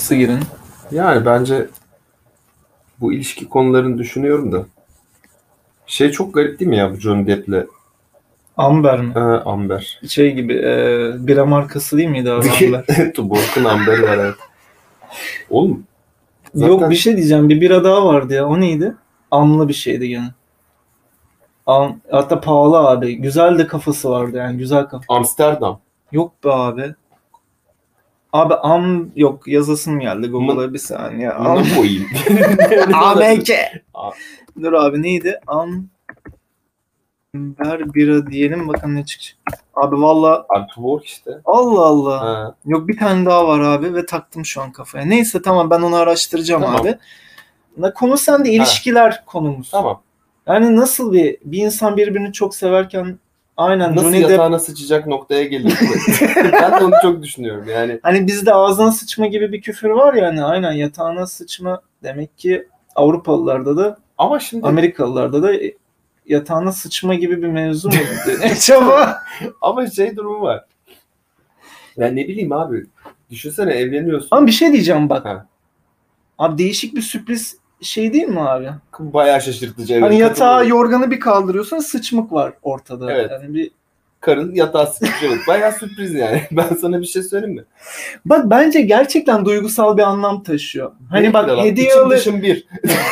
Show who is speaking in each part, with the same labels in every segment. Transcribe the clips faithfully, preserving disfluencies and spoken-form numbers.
Speaker 1: girin.
Speaker 2: Yani bence bu ilişki konularını düşünüyorum da. Şey çok garip değil mi ya bu Johnny Depp'le
Speaker 1: Amber mi?
Speaker 2: e, Amber.
Speaker 1: Şey gibi e, bira markası değil miydi abi Amber?
Speaker 2: Tuborg'un Amber var evet. Oğlum zaten...
Speaker 1: Yok bir şey diyeceğim. Bir bira daha vardı ya. O neydi? Amlı bir şeydi gene. Am, hatta pahalı abi. Güzel de kafası vardı yani. Güzel kafa.
Speaker 2: Amsterdam.
Speaker 1: Yok be abi. Abi am yok yazasım geldi Google'a bir saniye. Am
Speaker 2: Bunu koyayım.
Speaker 1: A M K. Dur abi neydi? Amber bira diyelim bakalım ne çıkacak. Abi valla.
Speaker 2: Abi Tuborg işte.
Speaker 1: Allah Allah.
Speaker 2: Ha.
Speaker 1: Yok bir tane daha var abi ve taktım şu an kafaya. Neyse tamam ben onu araştıracağım
Speaker 2: Tamam.
Speaker 1: abi. Konu sende ilişkiler ha. Konumuz.
Speaker 2: Tamam.
Speaker 1: Yani nasıl bir bir insan birbirini çok severken aynen
Speaker 2: nasıl
Speaker 1: Johnny
Speaker 2: yatağına
Speaker 1: Depp...
Speaker 2: sıçacak noktaya geliyor. Ben de onu çok düşünüyorum yani.
Speaker 1: Hani bizde ağzına sıçma gibi bir küfür var ya hani aynen yatağına sıçma demek ki Avrupalılarda da
Speaker 2: ama şimdi
Speaker 1: Amerikalılarda da yatağına sıçma gibi bir mevzu mu? Acaba?
Speaker 2: Ama şey durumu var. Yani ne bileyim abi. Düşünsene evleniyorsun.
Speaker 1: Ama bir şey diyeceğim bak.
Speaker 2: Ha.
Speaker 1: Abi değişik bir sürpriz şey değil mi abi?
Speaker 2: Bayağı şaşırtıcı.
Speaker 1: Evet, hani yatağa yorganı bir kaldırıyorsun sıçmık var ortada.
Speaker 2: Evet.
Speaker 1: Yani bir...
Speaker 2: Karın yatağa sıçmış. Bayağı sürpriz yani. Ben sana bir şey söyleyeyim mi?
Speaker 1: Bak bence gerçekten duygusal bir anlam taşıyor. Hani
Speaker 2: ne
Speaker 1: bak hediye alır.
Speaker 2: İçim dışım bir.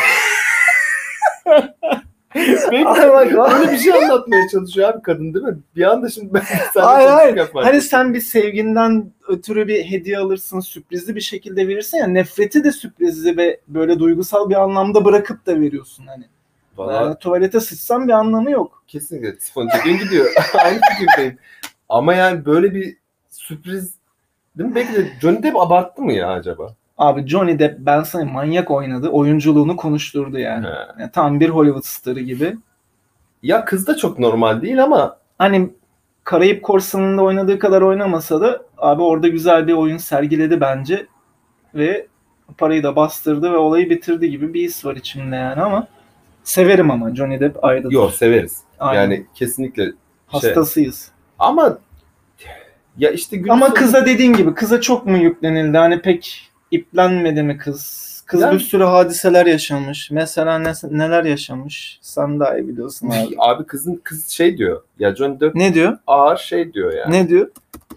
Speaker 2: Belki bak, öyle bir şey anlatmaya çalışıyor abi kadın değil mi? Bir anda şimdi ben
Speaker 1: hayır hayır. Hani sen bir sevginden ötürü bir hediye alırsın, sürprizli bir şekilde verirsin ya, nefreti de sürprizli ve böyle duygusal bir anlamda bırakıp da veriyorsun hani.
Speaker 2: Vallahi...
Speaker 1: Yani tuvalete sıçsan bir anlamı yok.
Speaker 2: Kesinlikle. Spontanen gidiyor. Aynı fikirdeyim. Ama yani böyle bir sürpriz değil mi? Belki de Johnny Depp abarttı mı ya acaba?
Speaker 1: Abi Johnny Depp ben sana manyak oynadı. Oyunculuğunu konuşturdu yani. yani tam bir Hollywood starı gibi.
Speaker 2: Ya kız da çok normal değil ama
Speaker 1: hani Karayip Korsanı'nda oynadığı kadar oynamasa da abi orada güzel bir oyun sergiledi bence. Ve parayı da bastırdı ve olayı bitirdi gibi bir his var içimde yani ama severim ama Johnny Depp ayrıdır.
Speaker 2: Yok severiz.
Speaker 1: Aynen.
Speaker 2: Yani kesinlikle şey...
Speaker 1: hastasıyız.
Speaker 2: Ama ya işte
Speaker 1: ama sonra... kıza dediğin gibi kıza çok mu yüklenildi? Hani pek iplenmedi mi kız? Kız yani... bir sürü hadiseler yaşamış. Mesela ne, neler yaşamış? Sen daha iyi biliyorsun abi.
Speaker 2: Abi kızın kız şey diyor. Ya Johnny Depp
Speaker 1: ne diyor?
Speaker 2: Ağır şey diyor yani.
Speaker 1: Ne diyor?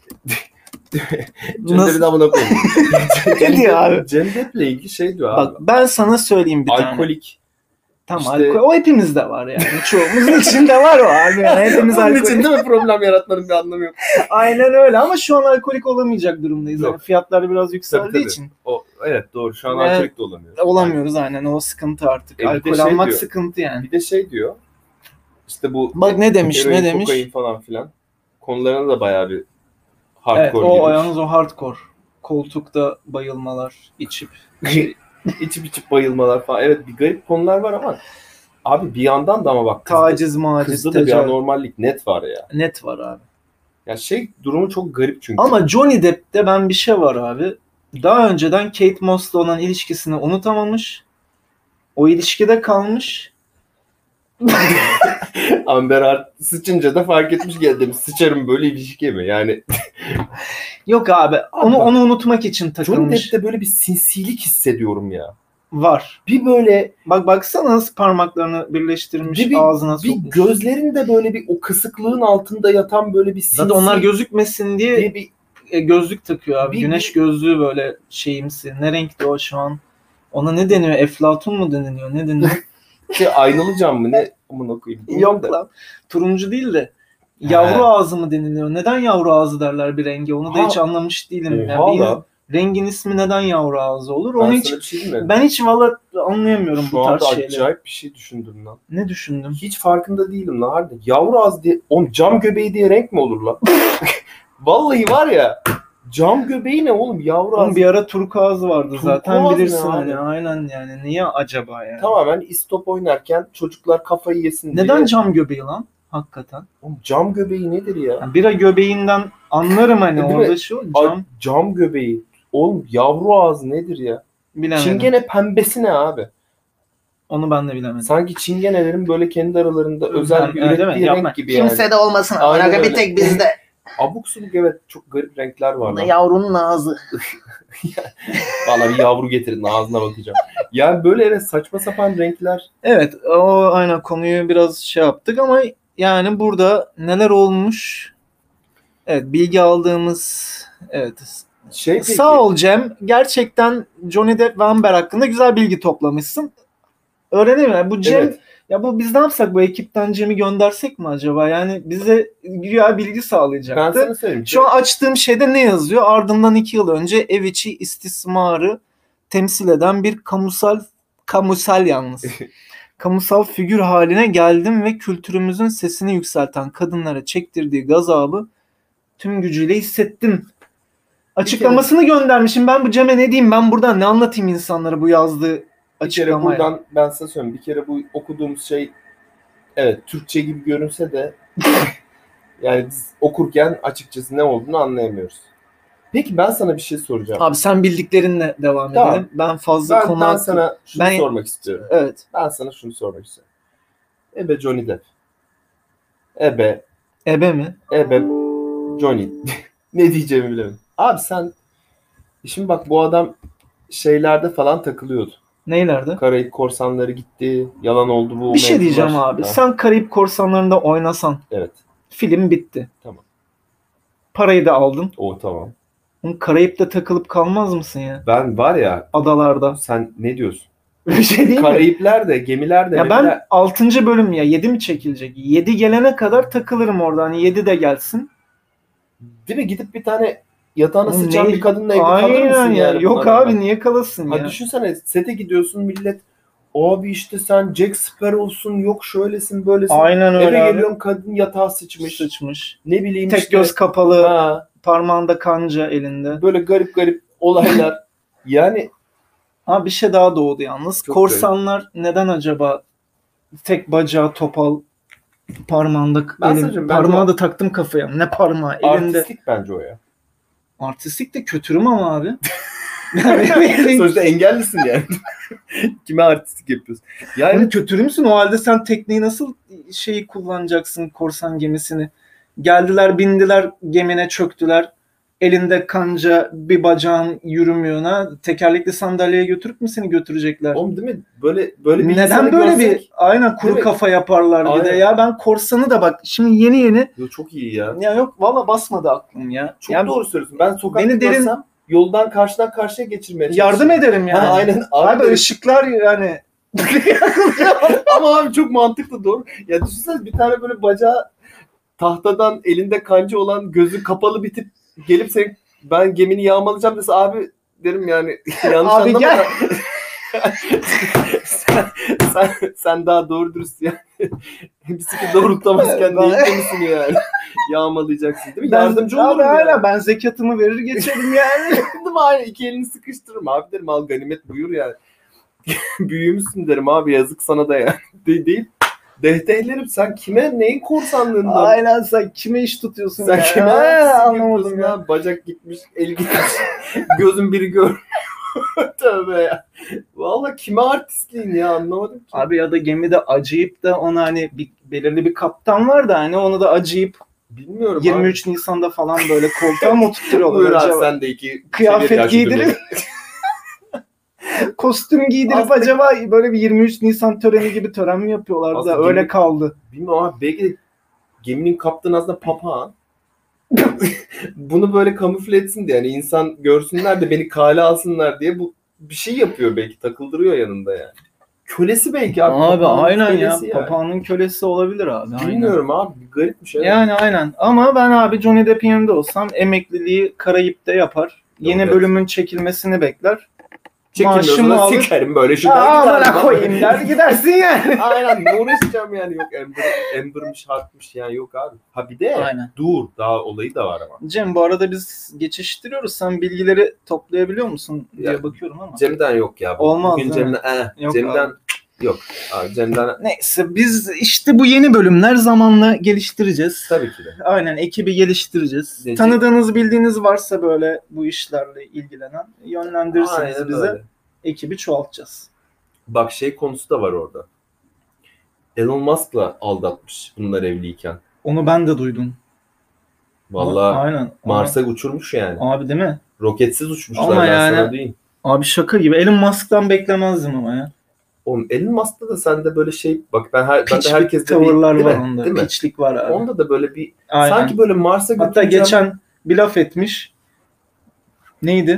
Speaker 2: Johnny Depp'in amına koyayım.
Speaker 1: Ne diyor abi?
Speaker 2: Johnny Depp'le ilgili şey diyor abi.
Speaker 1: Bak ben sana söyleyeyim bir
Speaker 2: alkolik.
Speaker 1: tane.
Speaker 2: Alkolik.
Speaker 1: Tamam işte... alkol. O hepimizde var yani. Çoğumuzun içinde var o abi. Yani hepimiz
Speaker 2: alkolik. Onun için değil mi problem yaratmanın bir anlamı yok.
Speaker 1: Aynen öyle ama şu an alkolik olamayacak durumdayız. Yani fiyatlar biraz yükseldiği tabii, tabii. için.
Speaker 2: O, evet doğru. Şu an evet, alkolik de olamıyoruz.
Speaker 1: Olamıyoruz aynen. aynen. O sıkıntı artık. E, alkol şey almak diyor, sıkıntı yani.
Speaker 2: Bir de şey diyor. İşte bu
Speaker 1: bak ne demiş
Speaker 2: heroin,
Speaker 1: ne demiş.
Speaker 2: Kokain falan filan. Konularına da bayağı bir hardcore
Speaker 1: evet, o
Speaker 2: girmiş.
Speaker 1: yalnız o hardcore. Koltukta bayılmalar, içip
Speaker 2: içip içip bayılmalar falan. Evet bir garip konular var ama abi bir yandan da ama bak
Speaker 1: kızda, taciz maciz
Speaker 2: kızda da bir anormallik net var ya.
Speaker 1: Net var abi.
Speaker 2: Ya şey durumu çok garip çünkü.
Speaker 1: Ama Johnny Depp'te ben bir şey var abi. Daha önceden Kate Moss'la olan ilişkisini unutamamış. O ilişkide kalmış.
Speaker 2: Amber Heard sıçınca da fark etmiş geldim. Sıçarım böyle ilişkiye mi? Yani
Speaker 1: yok abi. Onu onu unutmak için takılmış.
Speaker 2: Johnny Depp'te böyle bir sinsilik hissediyorum ya.
Speaker 1: Var.
Speaker 2: Bir böyle
Speaker 1: bak baksana nasıl parmaklarını birleştirmiş bir, ağzına
Speaker 2: bir
Speaker 1: sokmuş.
Speaker 2: Gözlerinde böyle bir o kısıklığın altında yatan böyle bir sinsi.
Speaker 1: Zaten onlar gözükmesin diye bir, bir e, gözlük takıyor abi. Bir, Güneş gözlüğü böyle şeyimsi. Ne renkti o şu an? Ona ne deniyor? Eflatun mu deniliyor? Ne deniyor?
Speaker 2: Şey aynalı cam mı ne? Amına koyayım.
Speaker 1: Yok da. lan. Turuncu değil de yavru He. ağzı mı deniliyor? Neden yavru ağzı derler bir rengi? Onu da ha. hiç anlamış değilim. Yani bir, rengin ismi neden yavru ağzı olur? Onu ben hiç şey ben hiç valla anlayamıyorum
Speaker 2: şu
Speaker 1: bu tarz şeyleri.
Speaker 2: Şu anda acayip bir şey düşündüm lan.
Speaker 1: Ne düşündün?
Speaker 2: Hiç farkında değilim lan harbi. Yavru ağzı diye, on cam göbeği diye renk mi olur lan? Vallahi var ya. Cam göbeği ne oğlum? Yavru ağzı.
Speaker 1: Bir ara turkuaz vardı turkuaz zaten bilirsin
Speaker 2: hani.
Speaker 1: Aynen yani. Niye acaba yani?
Speaker 2: Tamamen istop oynarken çocuklar kafayı yesin
Speaker 1: Neden diye. Neden cam göbeği lan? Hakikaten.
Speaker 2: Oğlum cam göbeği nedir ya?
Speaker 1: Yani bira göbeğinden anlarım hani e, orada şu cam.
Speaker 2: A, cam göbeği. Oğlum yavru ağzı nedir ya?
Speaker 1: Bilemedim.
Speaker 2: Çingene pembesi ne abi?
Speaker 1: Onu ben de bilemedim.
Speaker 2: Sanki çingenelerin böyle kendi aralarında özel bir
Speaker 1: evet,
Speaker 2: ürettiği renk
Speaker 1: Yapma.
Speaker 2: gibi yani.
Speaker 1: Kimse de olmasın. Ona bir tek bizde.
Speaker 2: Abuk subuk, evet, çok garip renkler var.
Speaker 1: Ne yavrunun ağzı.
Speaker 2: Bana bir yavru getirin, ağzına bakacağım. Yani böyle evet, saçma sapan renkler.
Speaker 1: Evet, o aynen konuyu biraz şey yaptık ama yani burada neler olmuş? Evet, bilgi aldığımız, evet.
Speaker 2: Şey peki,
Speaker 1: Sağ ol Cem. Gerçekten Johnny Depp ve Amber hakkında güzel bilgi toplamışsın. Öğrenelim mi? Bu Cem,
Speaker 2: evet.
Speaker 1: ya bu biz ne yapsak, bu ekipten Cem'i göndersek mi acaba? Yani bize güya bilgi
Speaker 2: Ben
Speaker 1: sağlayacaktı.
Speaker 2: sana söyleyeyim.
Speaker 1: Şu an açtığım şeyde ne yazıyor? Ardından iki yıl önce ev içi istismarı temsil eden bir kamusal kamusal yalnız. kamusal figür haline geldim ve kültürümüzün sesini yükselten kadınlara çektirdiği gazabı tüm gücüyle hissettim. Açıklamasını göndermişim. Ben bu Cem'e ne diyeyim? Ben buradan ne anlatayım insanlara bu yazdığı
Speaker 2: Bir kere
Speaker 1: açıklamayı?
Speaker 2: buradan ben sana söyleyeyim. Bir kere bu okuduğumuz şey evet Türkçe gibi görünse de yani biz okurken açıkçası ne olduğunu anlayamıyoruz. Peki ben sana bir şey soracağım.
Speaker 1: Abi sen bildiklerinle devam
Speaker 2: Tamam.
Speaker 1: edelim. Ben fazla
Speaker 2: Ben,
Speaker 1: konu
Speaker 2: ben
Speaker 1: hakkı-
Speaker 2: sana şunu
Speaker 1: Ben-
Speaker 2: sormak istiyorum.
Speaker 1: Evet.
Speaker 2: Ben sana şunu sormak istiyorum. Ebe Johnny Depp. Ebe,
Speaker 1: Ebe mi?
Speaker 2: Ebe Johnny. Ne diyeceğimi bilemedim. Abi sen şimdi bak, bu adam şeylerde falan takılıyordu.
Speaker 1: Neylerde?
Speaker 2: Karayip korsanları gitti. Yalan oldu bu.
Speaker 1: Bir şey
Speaker 2: mevzular.
Speaker 1: diyeceğim abi.
Speaker 2: Ha,
Speaker 1: Sen Karayip Korsanları'nda oynasan
Speaker 2: evet.
Speaker 1: film bitti.
Speaker 2: Tamam.
Speaker 1: Parayı da aldın.
Speaker 2: O tamam.
Speaker 1: Oğlum Karayip'te takılıp kalmaz mısın ya?
Speaker 2: Ben var ya,
Speaker 1: Adalarda.
Speaker 2: sen ne diyorsun?
Speaker 1: Bir şey değil mi?
Speaker 2: Karayipler de, gemiler de.
Speaker 1: Ya
Speaker 2: memiler-
Speaker 1: ben altıncı bölüm ya yedi mi çekilecek? yedi gelene kadar takılırım oradan. yedi de gelsin.
Speaker 2: Değil mi? Gidip bir tane yatağına
Speaker 1: Oğlum
Speaker 2: sıçan
Speaker 1: ne-
Speaker 2: bir kadınla evli kalır mısın
Speaker 1: Aynen ya.
Speaker 2: yani?
Speaker 1: Yok
Speaker 2: buna
Speaker 1: abi
Speaker 2: rağmen?
Speaker 1: niye kalasın
Speaker 2: Ha
Speaker 1: ya?
Speaker 2: düşünsene, sete gidiyorsun, millet abi işte sen Jack Sparrow'sun, yok şöylesin böylesin.
Speaker 1: Aynen öyle
Speaker 2: Eve
Speaker 1: abi.
Speaker 2: geliyorsun, kadın yatağa sıçmış.
Speaker 1: Sıçmış.
Speaker 2: Ne bileyim
Speaker 1: Tek
Speaker 2: işte.
Speaker 1: göz kapalı,
Speaker 2: Ha,
Speaker 1: parmağında kanca elinde.
Speaker 2: böyle garip garip olaylar. Yani
Speaker 1: Ha bir şey daha doğdu yalnız.
Speaker 2: Çok
Speaker 1: Korsanlar neden acaba tek bacağı topal, parmağında
Speaker 2: Ben
Speaker 1: elim,
Speaker 2: söyleyeceğim, bence
Speaker 1: parmağı
Speaker 2: o-
Speaker 1: da taktım kafaya. Ne parmağı elinde.
Speaker 2: artistlik bence o ya.
Speaker 1: Artistlik de kötürüm ama abi. Yani
Speaker 2: Sonuçta engellisin yani. Kime artistlik yapıyorsun? Yani
Speaker 1: yani kötürü müsün? O halde sen tekneyi nasıl şeyi kullanacaksın, korsan gemisini? Geldiler, bindiler, gemine çöktüler. Elinde kanca, bir bacağın yürümüyor. Tekerlekli sandalyeye götürüp mü seni götürecekler?
Speaker 2: oğlum değil mi? Böyle böyle bir
Speaker 1: Neden
Speaker 2: insanı
Speaker 1: böyle
Speaker 2: görsek-
Speaker 1: bir aynen kuru
Speaker 2: Değil mi?
Speaker 1: kafa yaparlar bir de
Speaker 2: Aynen.
Speaker 1: ya. Ben korsanı da bak şimdi yeni yeni
Speaker 2: Yo, çok iyi ya.
Speaker 1: ya yok valla basmadı aklım ya.
Speaker 2: Çok
Speaker 1: Ya
Speaker 2: doğru söylüyorsun. Ben sokakta
Speaker 1: beni derin-
Speaker 2: görsem yoldan karşıdan karşıya geçirmeye
Speaker 1: yardım
Speaker 2: çalışırım.
Speaker 1: ederim yani.
Speaker 2: Ha, aynen. Abi,
Speaker 1: Abi ışıklar yani.
Speaker 2: ama abi çok mantıklı, doğru. Ya düşünsene, bir tane böyle bacağı tahtadan, elinde kanca olan, gözü kapalı bir tip gelip sen, ben gemini yağmalayacağım dese, abi derim yani yanlış
Speaker 1: Abi
Speaker 2: anlama
Speaker 1: gel.
Speaker 2: da. sen, sen, sen daha doğru dürüst yani. Bisiklet doğrultamazken
Speaker 1: Ben-
Speaker 2: değil misin yani? Yağmalayacaksın değil mi?
Speaker 1: Ben,
Speaker 2: Yardımcı
Speaker 1: abi
Speaker 2: olurum
Speaker 1: hala
Speaker 2: yani.
Speaker 1: ben zekatımı verir geçerim yani.
Speaker 2: Değil mi? Aynen, iki elini sıkıştırırım. Abi derim, al ganimet buyur yani. Büyümüşsün derim abi, yazık sana da yani. De- değil. Dehtehlerim, sen kime neyin korsanlığından?
Speaker 1: Aynen sen kime iş tutuyorsun
Speaker 2: Sen
Speaker 1: ya?
Speaker 2: kime
Speaker 1: Ha,
Speaker 2: artistlik
Speaker 1: anlamadım
Speaker 2: yapıyorsun
Speaker 1: ya.
Speaker 2: abi? Bacak gitmiş, el gitmiş. Gözün biri gör. Tövbe ya. Valla kime artistliğin ya, anlamadım ki.
Speaker 1: Abi ya da gemide acıyıp da ona hani bir, belirli bir kaptan var da hani onu da acıyıp
Speaker 2: Bilmiyorum
Speaker 1: yirmi üç Nisan'da falan böyle koltuğa mı
Speaker 2: abi.
Speaker 1: oturtuyorlar
Speaker 2: Buyur abi,
Speaker 1: acaba?
Speaker 2: sen de iki
Speaker 1: Kıyafet
Speaker 2: şeyler yaşlı
Speaker 1: giydirip-
Speaker 2: dönüyor.
Speaker 1: Kostüm giydirip
Speaker 2: Aslında-
Speaker 1: acaba böyle bir yirmi üç Nisan töreni gibi tören mi yapıyorlardı
Speaker 2: Aslında
Speaker 1: da öyle
Speaker 2: gemi-
Speaker 1: kaldı.
Speaker 2: Bilmiyorum abi, belki de geminin kaptanı aslında papağan. Bunu böyle kamufle etsin diye, yani insan görsünler de beni kale alsınlar diye bu bir şey yapıyor, belki takıldırıyor yanında yani. Kölesi belki abi.
Speaker 1: Abi
Speaker 2: papağanın
Speaker 1: aynen ya.
Speaker 2: kölesi yani.
Speaker 1: Papağanın kölesi olabilir abi. Aynen.
Speaker 2: Bilmiyorum abi, garip bir şey.
Speaker 1: Yani aynen. Ama ben abi Johnny Depp'in yanında olsam emekliliği Karayip'te yapar. Yeni
Speaker 2: Evet.
Speaker 1: bölümün çekilmesini bekler.
Speaker 2: Çekilmiyorsa
Speaker 1: maaşımı
Speaker 2: da
Speaker 1: alır.
Speaker 2: sikerim böyle
Speaker 1: Aa,
Speaker 2: şuradan
Speaker 1: amına
Speaker 2: giderim.
Speaker 1: koyayım der gidersin yani.
Speaker 2: Aynen, ne uğraşacağım yani, yok Amber, Amber'mış, Hart'mış yani, yok abi. Ha bir de
Speaker 1: Aynen.
Speaker 2: dur, daha olayı da var ama.
Speaker 1: Cem bu arada biz geçiştiriyoruz. Sen bilgileri toplayabiliyor musun diye
Speaker 2: Ya,
Speaker 1: bakıyorum ama.
Speaker 2: Cem'den yok ya.
Speaker 1: Olmaz
Speaker 2: Bugün
Speaker 1: değil mi?
Speaker 2: Cem'den, eh,
Speaker 1: Yok
Speaker 2: Cem'den
Speaker 1: abi.
Speaker 2: yok. Abi Cem'den
Speaker 1: Neyse biz işte bu yeni bölümler zamanla geliştireceğiz.
Speaker 2: tabii ki de.
Speaker 1: Aynen ekibi geliştireceğiz.
Speaker 2: Necip-
Speaker 1: Tanıdığınız bildiğiniz varsa böyle bu işlerle ilgilenen yönlendirirseniz
Speaker 2: Aynen
Speaker 1: bize
Speaker 2: öyle.
Speaker 1: ekibi çoğaltacağız.
Speaker 2: Bak şey konusu da var orada. Elon Musk'la aldatmış bunlar evliyken.
Speaker 1: Onu ben de duydum.
Speaker 2: Vallahi
Speaker 1: Aynen.
Speaker 2: Mars'a uçurmuş yani.
Speaker 1: Abi değil mi?
Speaker 2: Roketsiz uçmuşlar
Speaker 1: Ama
Speaker 2: ben
Speaker 1: yani-
Speaker 2: sana diyeyim.
Speaker 1: Abi şaka gibi. Elon Musk'tan beklemezdim ama ya.
Speaker 2: Oğlum Elon Musk'ta da sende böyle şey bak ben her ben
Speaker 1: Piç
Speaker 2: de
Speaker 1: bir
Speaker 2: herkeste
Speaker 1: tavırlar
Speaker 2: bir,
Speaker 1: var
Speaker 2: değil mi?
Speaker 1: onda.
Speaker 2: Değil mi?
Speaker 1: Piçlik var abi.
Speaker 2: Onda da böyle bir
Speaker 1: Aynen.
Speaker 2: sanki böyle Mars'a
Speaker 1: Hatta
Speaker 2: götüreceğim.
Speaker 1: geçen bir laf etmiş. Neydi?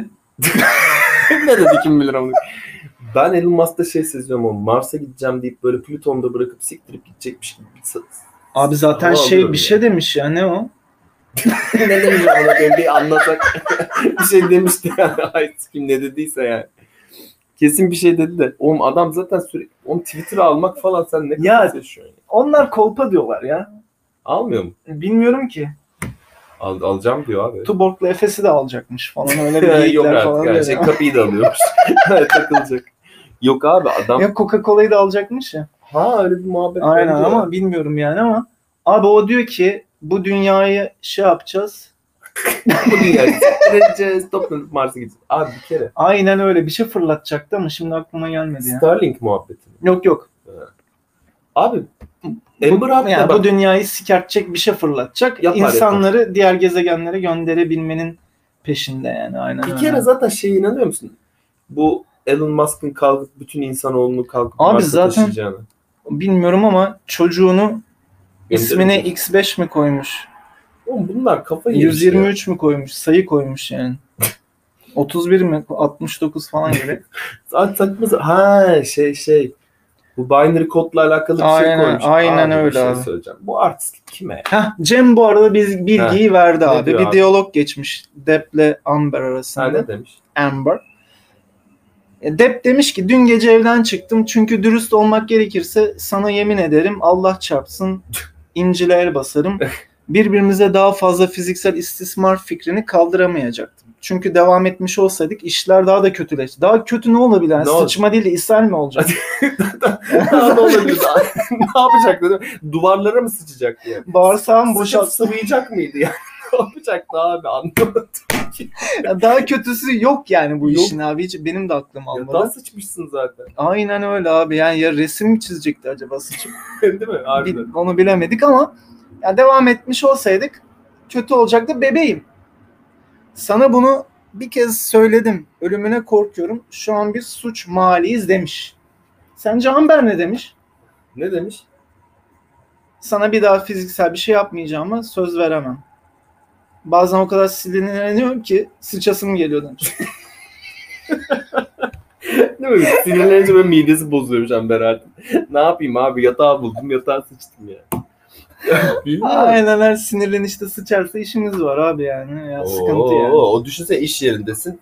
Speaker 2: ne dedi kim bilir ama. Ben Elon Musk'ta şey seziyorum ama Mars'a gideceğim deyip böyle Plüton'da bırakıp siktirip gidecekmiş gibi. Bir
Speaker 1: Abi zaten
Speaker 2: hava
Speaker 1: şey
Speaker 2: alıyorum
Speaker 1: bir
Speaker 2: ya.
Speaker 1: şey demiş ya, ne o?
Speaker 2: ne demiş anlatayım bir anlasak. bir şey demişti yani. Ay kim ne dediyse yani. Kesin bir şey dedi de. Oğlum adam zaten sürekli oğlum Twitter'ı almak falan sen ne
Speaker 1: Ya-
Speaker 2: kadar yaşıyorsun ya?
Speaker 1: Onlar kolpa diyorlar ya.
Speaker 2: Almıyor mu?
Speaker 1: Bilmiyorum ki.
Speaker 2: Al, alacağım diyor abi.
Speaker 1: Tuborg'la Efes'i de alacakmış falan, öyle bir
Speaker 2: Yok
Speaker 1: geyikler
Speaker 2: artık
Speaker 1: falan
Speaker 2: yani
Speaker 1: diyor.
Speaker 2: şey kapıyı da alıyormuş. Takılacak. Yok abi adam.
Speaker 1: Ya Coca-Cola'yı da alacakmış ya.
Speaker 2: Ha öyle bir muhabbet
Speaker 1: Aynen
Speaker 2: döndü ya.
Speaker 1: ama bilmiyorum yani ama abi o diyor ki bu dünyayı şey yapacağız.
Speaker 2: Bu dünyayı siktireceğiz, toplanıp Mars'a gideceğiz. Abi bir kere.
Speaker 1: Aynen öyle bir şey fırlatacaktı ama şimdi aklıma gelmedi ya.
Speaker 2: Starlink muhabbeti.
Speaker 1: Yok yok.
Speaker 2: Abi
Speaker 1: Bu,
Speaker 2: Amber Heard
Speaker 1: yani
Speaker 2: da bak-
Speaker 1: bu dünyayı sikertecek bir şey fırlatacak.
Speaker 2: Yapar,
Speaker 1: İnsanları diğer gezegenlere gönderebilmenin peşinde yani. Aynen
Speaker 2: bir
Speaker 1: öyle.
Speaker 2: kere zaten şeye inanıyor musun? Bu Elon Musk'ın kalkıp bütün insanoğlunu kalkıp
Speaker 1: Abi
Speaker 2: Mars'a
Speaker 1: zaten-
Speaker 2: taşıyacağını.
Speaker 1: Bilmiyorum ama çocuğunu ismine
Speaker 2: Gönderecek.
Speaker 1: X beş mi koymuş?
Speaker 2: Oğlum bunlar kafayı yemiş
Speaker 1: yüz yirmi üç mü koymuş? Sayı koymuş yani. otuz bir mi? altmış dokuz falan gibi.
Speaker 2: ya. Zaten saçma sa- Ha şey şey. Bu binary kodla alakalı bir şey
Speaker 1: Aynen,
Speaker 2: koymuş.
Speaker 1: aynen
Speaker 2: Abi, bir
Speaker 1: öyle
Speaker 2: şey
Speaker 1: abi.
Speaker 2: söyleyeceğim. Bu artistlik kime?
Speaker 1: Heh, Cem bu arada biz bilgiyi verdi
Speaker 2: Ne
Speaker 1: abi.
Speaker 2: diyor
Speaker 1: Bir
Speaker 2: abi?
Speaker 1: diyalog geçmiş Depp'le Amber
Speaker 2: Ha
Speaker 1: arasında.
Speaker 2: ne demiş?
Speaker 1: Amber. E, Depp demiş ki dün gece evden çıktım çünkü dürüst olmak gerekirse sana yemin ederim Allah çarpsın İncil'e el basarım. Birbirimize daha fazla fiziksel istismar fikrini kaldıramayacaktım. Çünkü devam etmiş olsaydık işler daha da kötüleşti. Daha kötü ne olabilir? Yani
Speaker 2: Ne oldu?
Speaker 1: sıçma değil de ishal mi olacak?
Speaker 2: Daha ne olabilir? Daha- ne yapacaktı? değil mi? Duvarlara mı sıçacaktı yani?
Speaker 1: Bağırsağım
Speaker 2: Sıçıp
Speaker 1: boşalt.
Speaker 2: sıvayacak mıydı yani? ne yapacaktı abi anlamadım.
Speaker 1: Ya daha kötüsü yok yani bu
Speaker 2: Yok.
Speaker 1: işin abi. Hiç benim de aklım
Speaker 2: Ya
Speaker 1: almadı.
Speaker 2: daha sıçmışsın zaten.
Speaker 1: Aynen öyle abi. Yani ya resim mi çizecekti acaba sıçıp?
Speaker 2: Değil mi? Harbiden.
Speaker 1: Bil- onu bilemedik ama ya devam etmiş olsaydık kötü olacaktı bebeğim. Sana bunu bir kez söyledim. Ölümüne korkuyorum. Şu an biz suç mahalliyiz demiş. Sence Amber ne demiş?
Speaker 2: Ne demiş?
Speaker 1: Sana bir daha fiziksel bir şey yapmayacağıma söz veremem. Bazen o kadar sinirleniyorum ki sıçasım geliyor demiş.
Speaker 2: Değil mi? Sinirlenince böyle midesi bozuluyormuş Amber Heard'ın. ne yapayım abi yatağı buldum yatağa sıçtım ya. Bilmiyorum.
Speaker 1: Aynen, her sinirlenişte sıçarsa işimiz var abi yani. Ya sıkıntı yani.
Speaker 2: Oo, o düşünsene iş yerindesin.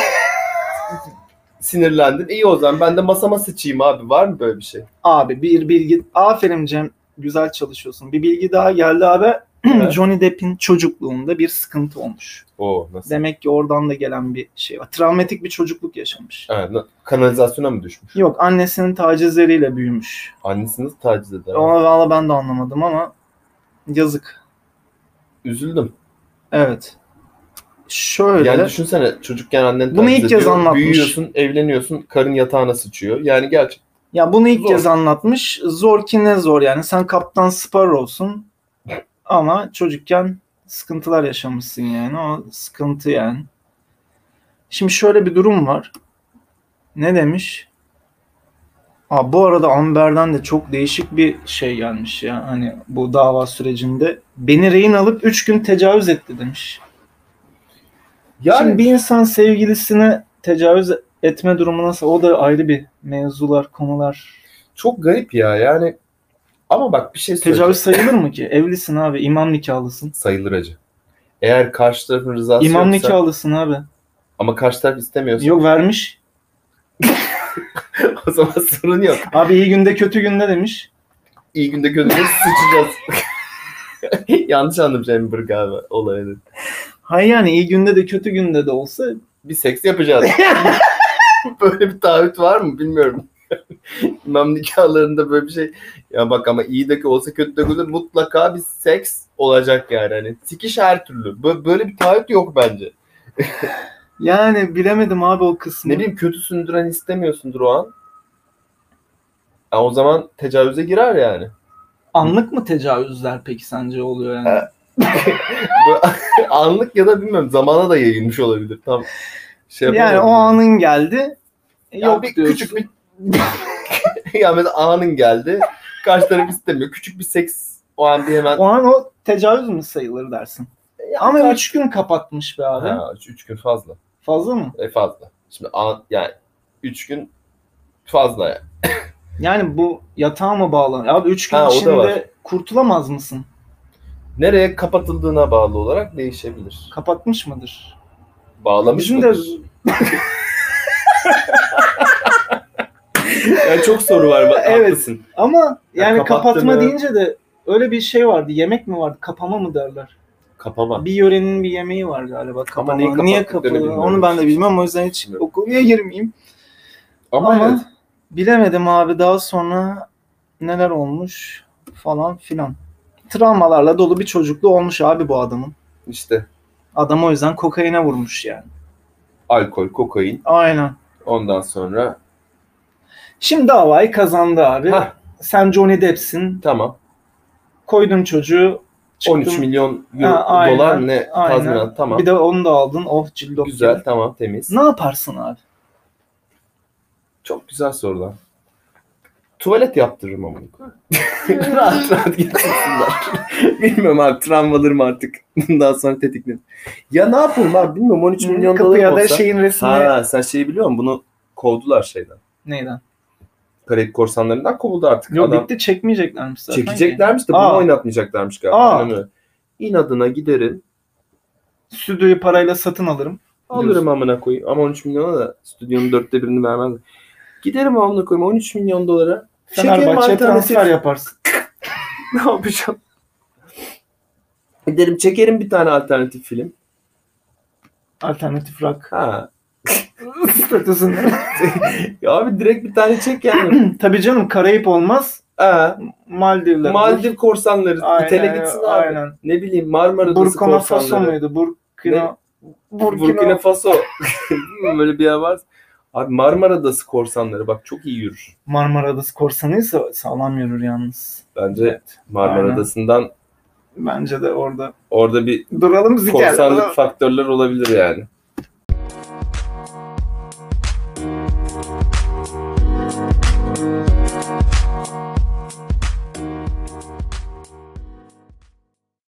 Speaker 2: Sinirlendin. İyi o zaman ben de masama sıçayım abi. Var mı böyle bir şey?
Speaker 1: Abi bir bilgi. Aferin Cem. Güzel çalışıyorsun. Bir bilgi daha geldi abi.
Speaker 2: Evet.
Speaker 1: Johnny Depp'in çocukluğunda bir sıkıntı olmuş.
Speaker 2: Oo nasıl?
Speaker 1: Demek ki oradan da gelen bir şey var. Travmatik bir çocukluk yaşamış.
Speaker 2: Ha, na- kanalizasyona mı düşmüş?
Speaker 1: Yok, annesinin tacizleriyle büyümüş.
Speaker 2: Annesi nasıl taciz eder?
Speaker 1: Ona valla ben de anlamadım ama yazık.
Speaker 2: Üzüldüm.
Speaker 1: Evet. Şöyle.
Speaker 2: Yani düşünsene çocukken annen
Speaker 1: Bunu
Speaker 2: taciz
Speaker 1: ilk kez
Speaker 2: ediyor,
Speaker 1: anlatmış.
Speaker 2: büyüyorsun, evleniyorsun, karın yatağına sıçıyor. Yani gerçek.
Speaker 1: Ya bunu ilk
Speaker 2: Zor.
Speaker 1: kez anlatmış. Zor ki ne zor yani. Sen Kaptan Sparrow'sun ama çocukken sıkıntılar yaşamışsın yani. O sıkıntı yani. Şimdi şöyle bir durum var. Ne demiş? Aa, bu arada Amber'den de çok değişik bir şey gelmiş ya. Hani bu dava sürecinde. Beni rehin alıp üç gün tecavüz etti demiş.
Speaker 2: Yani
Speaker 1: Şimdi bir insan sevgilisine tecavüz etme durumu nasıl? O da ayrı bir mevzular, konular.
Speaker 2: çok garip ya yani. Ama bak bir şey söyleyeceğim.
Speaker 1: Tecavüz sayılır mı ki? Evlisin abi, imam nikahlısın.
Speaker 2: Sayılır acı. Eğer karşı tarafın rızası
Speaker 1: İmam
Speaker 2: yoksa
Speaker 1: nikahlısın abi.
Speaker 2: ama karşı taraf istemiyorsa
Speaker 1: Yok, vermiş.
Speaker 2: o zaman sorun yok.
Speaker 1: Abi iyi günde kötü günde demiş.
Speaker 2: İyi günde kötü günde sıçacağız. Yanlış anlamış Amber galiba olayını.
Speaker 1: Hayır yani iyi günde de kötü günde de olsa
Speaker 2: Bir seks yapacağız. Böyle bir taahhüt var mı bilmiyorum. İmam nikahlarında böyle bir şey. Ya bak ama iyi de olsa kötü de olsa mutlaka bir seks olacak yani. Hani sikiş her türlü. Bö- Böyle bir taahhüt yok bence.
Speaker 1: yani bilemedim abi o kısmı.
Speaker 2: Ne bileyim kötüsündür hani istemiyorsundur o an. Ya o zaman tecavüze girer yani.
Speaker 1: Anlık mı tecavüzler peki sence oluyor yani?
Speaker 2: Anlık ya da bilmiyorum zamana da yayılmış olabilir. Tam şey
Speaker 1: Yani o anın geldi.
Speaker 2: Ya
Speaker 1: Yok
Speaker 2: bir
Speaker 1: diyorsun.
Speaker 2: küçük bir ya mesela anın geldi. Karşı taraf istemiyor. Küçük bir seks o an bir hemen.
Speaker 1: O an o tecavüz mü sayılır dersin?
Speaker 2: Ya
Speaker 1: Ama
Speaker 2: kaç-
Speaker 1: üç gün kapatmış be abi.
Speaker 2: Ha, üç, üç gün fazla.
Speaker 1: Fazla mı?
Speaker 2: E fazla. Şimdi an, yani üç gün fazla yani.
Speaker 1: Yani bu yatağa mı bağlanıyor? Abi üç gün
Speaker 2: Ha, o da var.
Speaker 1: içinde kurtulamaz mısın?
Speaker 2: Nereye kapatıldığına bağlı olarak değişebilir.
Speaker 1: Kapatmış mıdır?
Speaker 2: Bağlamış
Speaker 1: Bizim de
Speaker 2: mıdır? Yani çok soru var. Bak,
Speaker 1: Evet.
Speaker 2: haklısın.
Speaker 1: ama yani
Speaker 2: Ya
Speaker 1: kapatma
Speaker 2: kapattığını-
Speaker 1: deyince de öyle bir şey vardı. Yemek mi vardı? Kapama mı derler?
Speaker 2: Kapama.
Speaker 1: Bir yörenin bir yemeği var galiba. Kapama.
Speaker 2: neyi
Speaker 1: Niye
Speaker 2: kapattıklarını
Speaker 1: kapalı?
Speaker 2: bilmiyorum.
Speaker 1: Onu ben de bilmem. O yüzden hiç
Speaker 2: Bilmiyorum.
Speaker 1: o konuya girmeyeyim.
Speaker 2: Ama,
Speaker 1: Ama
Speaker 2: evet.
Speaker 1: bilemedim abi, daha sonra neler olmuş falan filan. Travmalarla dolu bir çocukluğu olmuş abi bu adamın.
Speaker 2: İşte
Speaker 1: Adam o yüzden kokaine vurmuş yani.
Speaker 2: alkol, kokain.
Speaker 1: Aynen.
Speaker 2: Ondan sonra
Speaker 1: Şimdi davayı kazandı abi.
Speaker 2: Hah.
Speaker 1: Sen Johnny Depp'sin.
Speaker 2: tamam.
Speaker 1: Koydun çocuğu.
Speaker 2: on üç
Speaker 1: çıktın.
Speaker 2: milyon euro,
Speaker 1: Ha, aynen,
Speaker 2: dolar ne
Speaker 1: aynen.
Speaker 2: tazminat, tamam.
Speaker 1: Bir de onu da aldın. Oh cillop
Speaker 2: Güzel,
Speaker 1: gibi.
Speaker 2: tamam, temiz.
Speaker 1: Ne yaparsın abi?
Speaker 2: Çok güzel sorular. Tuvalet yaptırırım ama. rahat rahat gitsinler. Bilmiyorum abi, travmalarım artık. Bundan sonra tetiklenir. Ya ne yapayım abi, bilmiyorum, on üç milyon dolar
Speaker 1: Kapıya da
Speaker 2: olsa.
Speaker 1: şeyin resmini...
Speaker 2: Ha, sen şeyi biliyor musun? Bunu kovdular şeyden.
Speaker 1: Neyden?
Speaker 2: Karayip korsanlarından kovuldu artık.
Speaker 1: Yok
Speaker 2: Adam
Speaker 1: bitti, çekmeyeceklermiş zaten.
Speaker 2: çekeceklermiş de
Speaker 1: Aa.
Speaker 2: bunu oynatmayacaklarmış galiba.
Speaker 1: Aa.
Speaker 2: Aynen öyle. İnadına giderim.
Speaker 1: Stüdyoyu parayla satın alırım.
Speaker 2: Alırım
Speaker 1: Diyorsun.
Speaker 2: amına koyayım. Ama on üç milyona da stüdyonun dörtte birini vermez. Giderim amına koyayım on üç milyon dolara. Çekerim
Speaker 1: Fenerbahçe'ye
Speaker 2: alternatif.
Speaker 1: transfer yaparsın.
Speaker 2: Ne yapacağım? Giderim çekerim bir tane alternatif film.
Speaker 1: Alternatif rock.
Speaker 2: Ha.
Speaker 1: Kötüsün.
Speaker 2: Ya abi direkt bir tane çek yani.
Speaker 1: Tabii canım, Karayip olmaz.
Speaker 2: Ha.
Speaker 1: Maldivler.
Speaker 2: Maldiv korsanları.
Speaker 1: Aynen,
Speaker 2: İtele gitsin abi.
Speaker 1: aynen.
Speaker 2: Ne bileyim Marmara Adası
Speaker 1: Burkina Faso
Speaker 2: korsanları.
Speaker 1: muydu? Burkina...
Speaker 2: Burkina,
Speaker 1: Burkina...
Speaker 2: Faso. Bilmiyorum, böyle bir yer var. Abi Marmara Adası korsanları bak çok iyi yürür.
Speaker 1: Marmara Adası korsanıysa sağlam yürür yalnız.
Speaker 2: Bence
Speaker 1: Evet,
Speaker 2: Marmara
Speaker 1: aynen.
Speaker 2: Adası'ndan
Speaker 1: Bence de orada.
Speaker 2: orada bir
Speaker 1: Duralım ziker.
Speaker 2: korsanlık faktörler olabilir yani.